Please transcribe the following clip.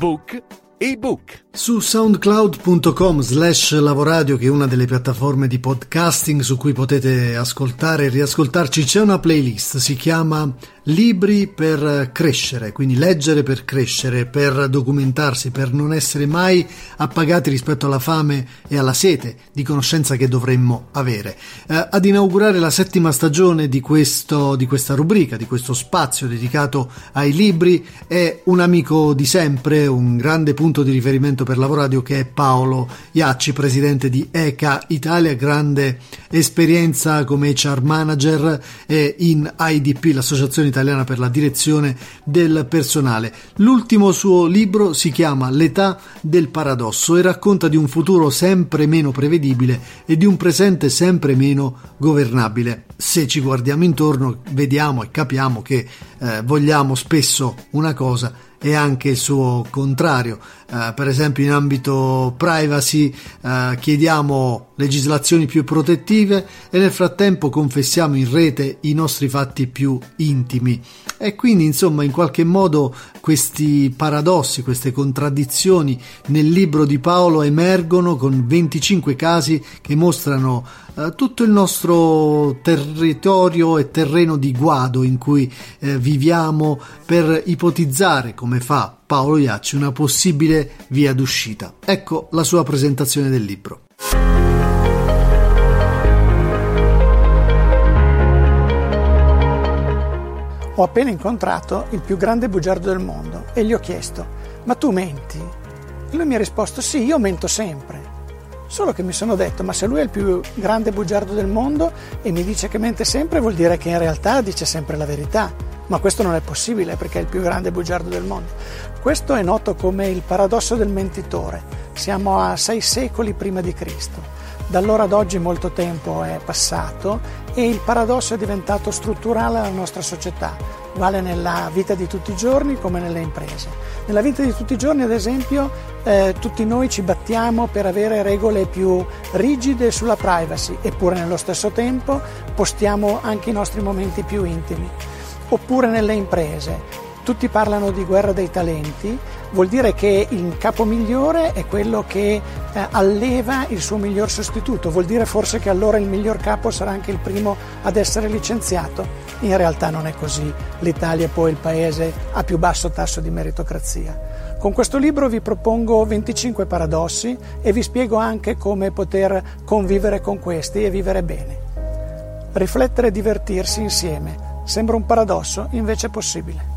Book e Book. Su soundcloud.com/lavoradio, che è una delle piattaforme di podcasting su cui potete ascoltare e riascoltarci, c'è una playlist, si chiama Libri per crescere, quindi leggere per crescere, per documentarsi, per non essere mai appagati rispetto alla fame e alla sete di conoscenza che dovremmo avere. Ad inaugurare la 7ª stagione di questa rubrica, di questo spazio dedicato ai libri, è un amico di sempre, un grande punto di riferimento per Lavoradio, che è Paolo Iacci, presidente di ECA Italia, grande esperienza come HR manager e in IDP, l'associazione italiana per la direzione del personale. L'ultimo suo libro si chiama L'età del paradosso e racconta di un futuro sempre meno prevedibile e di un presente sempre meno governabile. Se ci guardiamo intorno vediamo e capiamo che vogliamo spesso una cosa e anche il suo contrario. Per esempio in ambito privacy chiediamo legislazioni più protettive e nel frattempo confessiamo in rete i nostri fatti più intimi. E quindi insomma in qualche modo questi paradossi, queste contraddizioni nel libro di Paolo emergono con 25 casi che mostrano tutto il nostro territorio e terreno di guado in cui viviamo, per ipotizzare, come fa Paolo Iacci, una possibile via d'uscita. Ecco la sua presentazione del libro. Ho appena incontrato il più grande bugiardo del mondo e gli ho chiesto: ma tu menti? E lui mi ha risposto: sì, io mento sempre. Solo che mi sono detto: ma se lui è il più grande bugiardo del mondo e mi dice che mente sempre, vuol dire che in realtà dice sempre la verità. Ma questo non è possibile, perché è il più grande bugiardo del mondo. Questo è noto come il paradosso del mentitore. Siamo a 6 secoli prima di Cristo. Da allora ad oggi molto tempo è passato e il paradosso è diventato strutturale alla nostra società. Vale nella vita di tutti i giorni come nelle imprese. Nella vita di tutti i giorni, ad esempio, tutti noi ci battiamo per avere regole più rigide sulla privacy, eppure nello stesso tempo postiamo anche i nostri momenti più intimi. Oppure nelle imprese. Tutti parlano di guerra dei talenti, vuol dire che il capo migliore è quello che alleva il suo miglior sostituto, vuol dire forse che allora il miglior capo sarà anche il primo ad essere licenziato. In realtà non è così, l'Italia è poi il paese a più basso tasso di meritocrazia. Con questo libro vi propongo 25 paradossi e vi spiego anche come poter convivere con questi e vivere bene. Riflettere e divertirsi insieme. Sembra un paradosso, invece è possibile.